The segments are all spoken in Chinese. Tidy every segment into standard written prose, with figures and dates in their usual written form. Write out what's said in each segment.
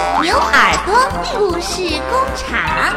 牛耳朵故事工厂。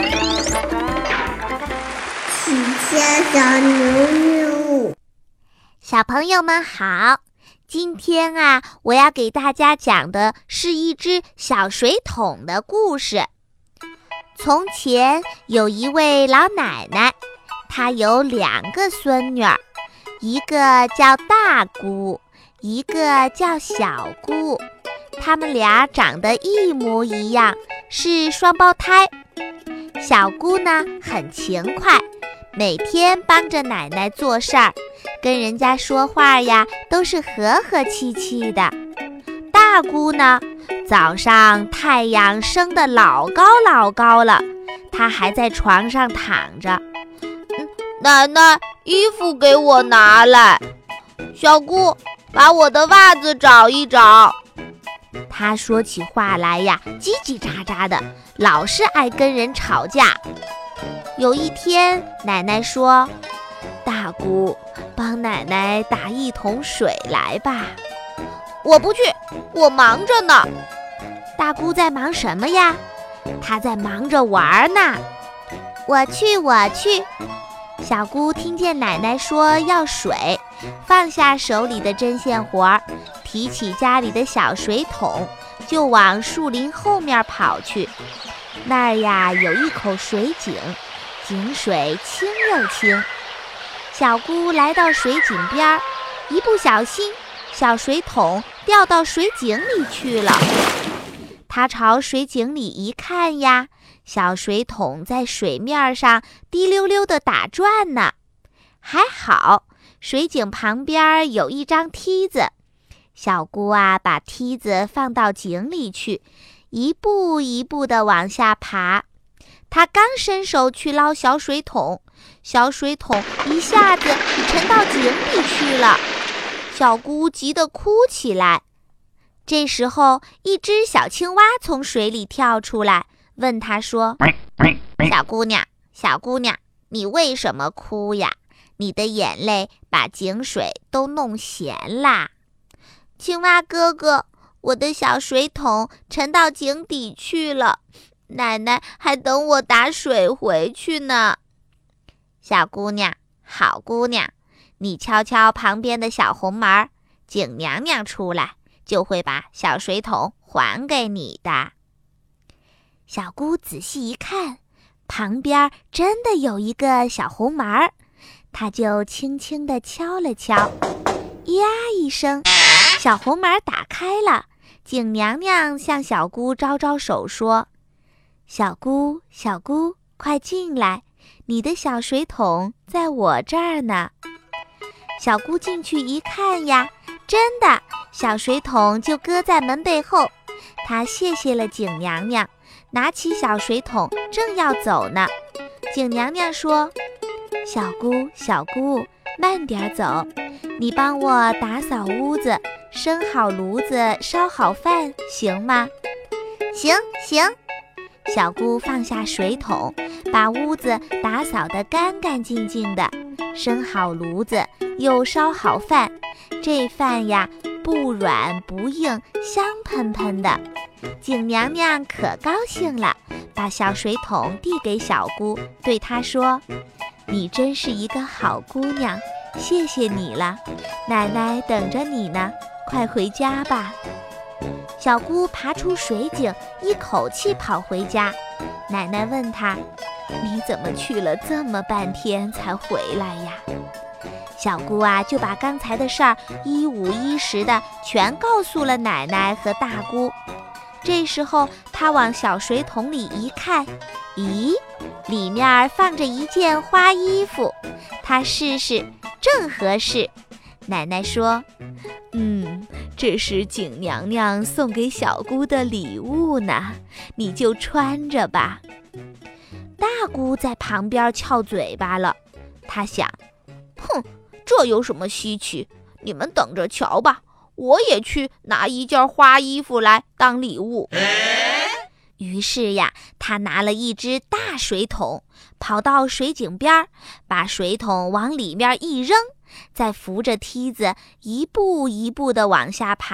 喜鹊小牛牛， 小朋友们好，今天我要给大家讲的是一只小水桶的故事。从前有一位老奶奶，她有2个孙女儿，一个叫大姑，一个叫小姑，她们俩长得一模一样，是双胞胎。小姑呢很勤快，每天帮着奶奶做事儿，跟人家说话都是和和气气的。大姑呢，早上太阳升得老高老高了，她还在床上躺着。 奶奶，衣服给我拿来。小姑，把我的袜子找一找。 她说起话来叽叽喳喳的，老是爱跟人吵架。有一天，奶奶说：“大姑，帮奶奶打1桶水来吧。” 我不去，我忙着呢。 大姑在忙什么呀？她在忙着玩呢。我去。小姑听见奶奶说要水，放下手里的针线活，提起家里的小水桶，就往树林后面跑去。那儿有一口水井，井水清又清。小姑来到水井边，一不小心，小水桶掉到水井里去了。她朝水井里一看小水桶在水面上滴溜溜地打转呢。还好，水井旁边有一张梯子，小姑把梯子放到井里去，一步一步地往下爬。她刚伸手去捞小水桶，小水桶一下子沉到井里去了。小姑急得哭起来。这时候，一只小青蛙从水里跳出来，问她说：“小姑娘，你为什么哭呀？你的眼泪把井水都弄咸啦。”“青蛙哥哥，我的小水桶沉到井底去了，奶奶还等我打水回去呢。”“小姑娘，好姑娘，你敲敲旁边的小红门，井娘娘出来，就会把小水桶还给你的。”小姑仔细一看，旁边真的有一个小红门，她就轻轻地敲了敲，呀一声，小红门打开了。井娘娘向小姑招招手说：“小姑，快进来，你的小水桶在我这儿呢。”小姑进去一看真的，小水桶就搁在门背后。她谢谢了井娘娘，拿起小水桶正要走呢。井娘娘说：“小姑，慢点走，你帮我打扫屋子，生好炉子，烧好饭，行吗？”“行。”小姑放下水桶，把屋子打扫得干干净净的，生好炉子，又烧好饭。这饭不软不硬，香喷喷的。井娘娘可高兴了，把小水桶递给小姑，对她说：“你真是一个好姑娘，谢谢你了，奶奶等着你呢，快回家吧。”小姑爬出水井，一口气跑回家。奶奶问她：“你怎么去了这么半天才回来呀？”小姑就把刚才的事儿一五一十的全告诉了奶奶和大姑。这时候她往小水桶里一看，咦，里面放着一件花衣服，她试试，正合适。奶奶说：“这是井娘娘送给小姑的礼物呢，你就穿着吧。”大姑在旁边翘嘴巴了，她想：“这有什么稀奇？你们等着瞧吧，我也去拿一件花衣服来当礼物。”于是她拿了一只大水桶，跑到水井边，把水桶往里面一扔，再扶着梯子一步一步地往下爬。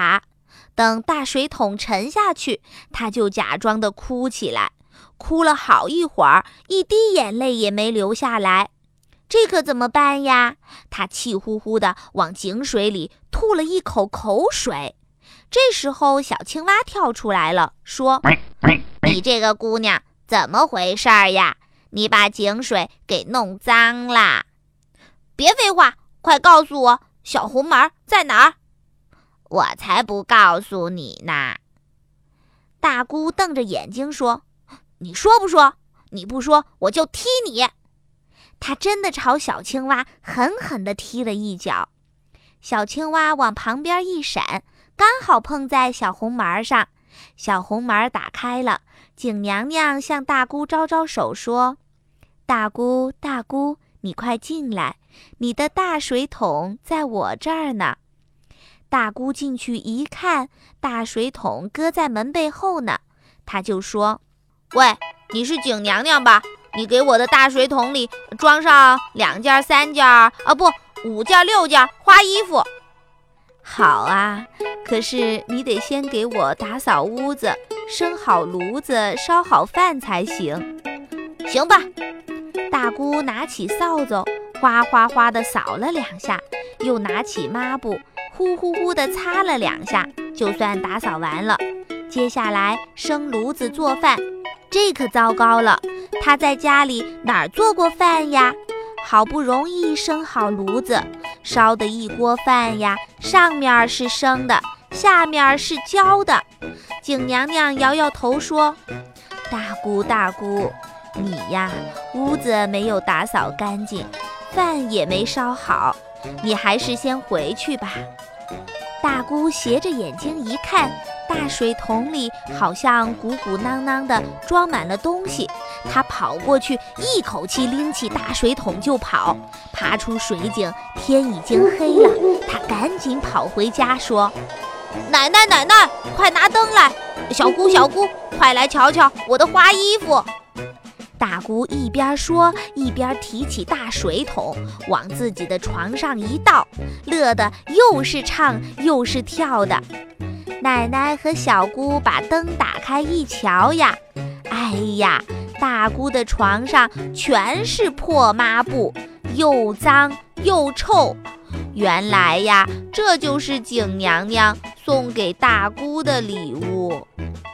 等大水桶沉下去，她就假装地哭起来，哭了好一会儿，一滴眼泪也没流下来。这可怎么办呀？她气呼呼地往井水里吐了一口口水。这时候小青蛙跳出来了，说：你这个姑娘怎么回事呀？你把井水给弄脏啦！ 别废话，快告诉我小红门在哪儿？ 我才不告诉你呢！大姑瞪着眼睛说：你说不说？你不说我就踢你！她真的朝小青蛙狠狠地踢了一脚，小青蛙往旁边一闪，刚好碰在小红门上。小红门打开了，井娘娘向大姑招招手说：大姑，大姑，你快进来，你的大水桶在我这儿呢。大姑进去一看，大水桶搁在门背后呢。她就说： 喂，你是井娘娘吧？你给我的大水桶里装上2件、3件5件、6件花衣服。 好啊，可是你得先给我打扫屋子，生好炉子，烧好饭才行。 行吧。 大姑拿起扫帚，哗哗哗地扫了2下，又拿起抹布，呼呼呼地擦了2下，就算打扫完了。接下来生炉子做饭，这可糟糕了，她在家里哪儿做过饭呀？好不容易生好炉子，烧的一锅饭呀，上面是生的，下面是焦的。井娘娘摇摇头说：大姑，大姑，你呀，屋子没有打扫干净，饭也没烧好，你还是先回去吧。大姑斜着眼睛一看，大水桶里好像鼓鼓囊囊的装满了东西，她跑过去，一口气拎起大水桶就跑。爬出水井，天已经黑了，她赶紧跑回家说： 奶奶，奶奶，快拿灯来！小姑，小姑，快来瞧瞧我的花衣服！ 大姑一边说，一边提起大水桶往自己的床上一倒，乐得又是唱又是跳的。奶奶和小姑把灯打开一瞧呀，哎呀，大姑的床上全是破抹布，又脏又臭。原来呀，这就是井娘娘送给大姑的礼物。